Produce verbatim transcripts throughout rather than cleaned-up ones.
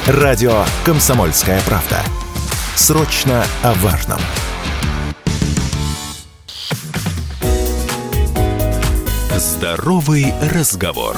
Радио «Комсомольская правда». Срочно о важном. Здоровый разговор.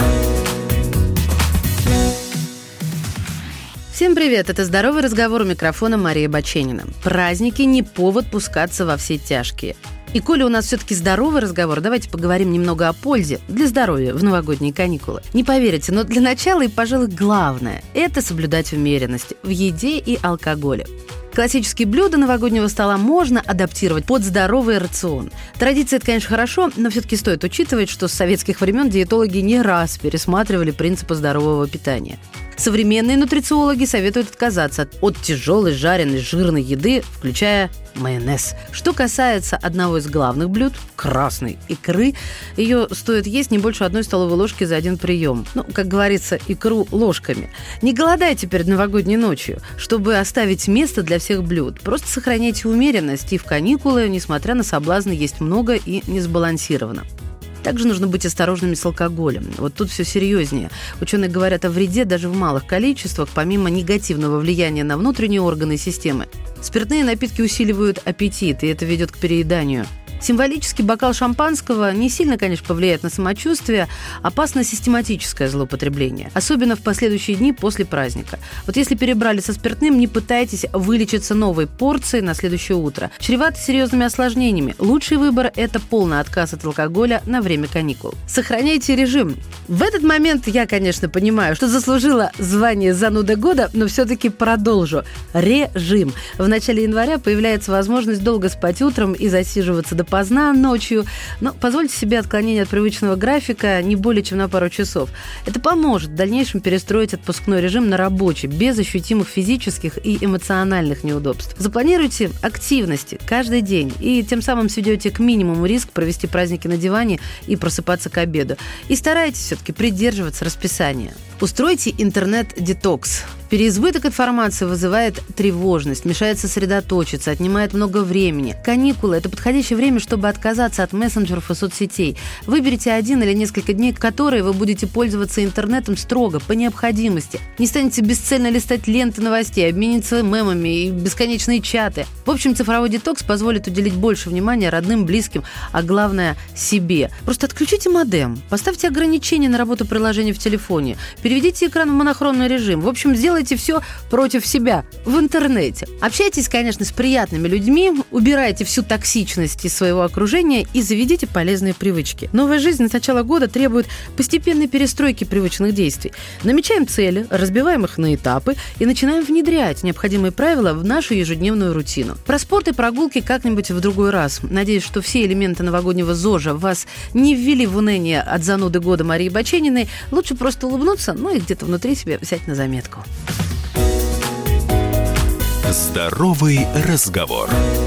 Всем привет, это «Здоровый разговор», у микрофона Мария Баченина. Праздники не повод пускаться во все тяжкие. И коли у нас все-таки здоровый разговор, давайте поговорим немного о пользе для здоровья в новогодние каникулы. Не поверите, но для начала и, пожалуй, главное – это соблюдать умеренность в еде и алкоголе. Классические блюда новогоднего стола можно адаптировать под здоровый рацион. Традиция – это, конечно, хорошо, но все-таки стоит учитывать, что с советских времен диетологи не раз пересматривали принципы здорового питания. Современные нутрициологи советуют отказаться от тяжелой, жареной, жирной еды, включая майонез. Что касается одного из главных блюд – красной икры, ее стоит есть не больше одной столовой ложки за один прием. Ну, как говорится, икру ложками. Не голодайте перед новогодней ночью, чтобы оставить место для всех блюд. Просто сохраняйте умеренность, и в каникулы, несмотря на соблазны, есть много и несбалансированно. Также нужно быть осторожными с алкоголем. Вот тут все серьезнее. Ученые говорят о вреде даже в малых количествах, помимо негативного влияния на внутренние органы и системы. Спиртные напитки усиливают аппетит, и это ведет к перееданию. Символический бокал шампанского не сильно, конечно, повлияет на самочувствие, опасно систематическое злоупотребление, особенно в последующие дни после праздника. Вот если перебрали со спиртным, не пытайтесь вылечиться новой порцией на следующее утро. Чревато серьезными осложнениями. Лучший выбор – это полный отказ от алкоголя на время каникул. Сохраняйте режим. В этот момент я, конечно, понимаю, что заслужила звание «Зануда года», но все-таки продолжу. Режим. В начале января появляется возможность долго спать утром и засиживаться до поздна ночью, но позвольте себе отклонение от привычного графика не более чем на пару часов. Это поможет в дальнейшем перестроить отпускной режим на рабочий, без ощутимых физических и эмоциональных неудобств. Запланируйте активности каждый день и тем самым сведете к минимуму риск провести праздники на диване и просыпаться к обеду. И старайтесь все-таки придерживаться расписания. Устройте интернет-детокс. Переизбыток информации вызывает тревожность, мешает сосредоточиться, отнимает много времени. Каникулы – это подходящее время, чтобы отказаться от мессенджеров и соцсетей. Выберите один или несколько дней, которые вы будете пользоваться интернетом строго, по необходимости. Не станете бесцельно листать ленты новостей, обмениться мемами и бесконечные чаты. В общем, цифровой детокс позволит уделить больше внимания родным, близким, а главное – себе. Просто отключите модем, поставьте ограничения на работу приложений в телефоне, переведите экран в монохронный режим. В общем, сделайте все против себя в интернете. Общайтесь, конечно, с приятными людьми, убирайте всю токсичность из своего окружения и заведите полезные привычки. Новая жизнь с начала года требует постепенной перестройки привычных действий. Намечаем цели, разбиваем их на этапы и начинаем внедрять необходимые правила в нашу ежедневную рутину. Про спорт и прогулки как-нибудь в другой раз. Надеюсь, что все элементы новогоднего ЗОЖа вас не ввели в уныние от зануды года Марии Бачениной. Лучше просто улыбнуться, ну и где-то внутри себя взять на заметку. Здоровый разговор.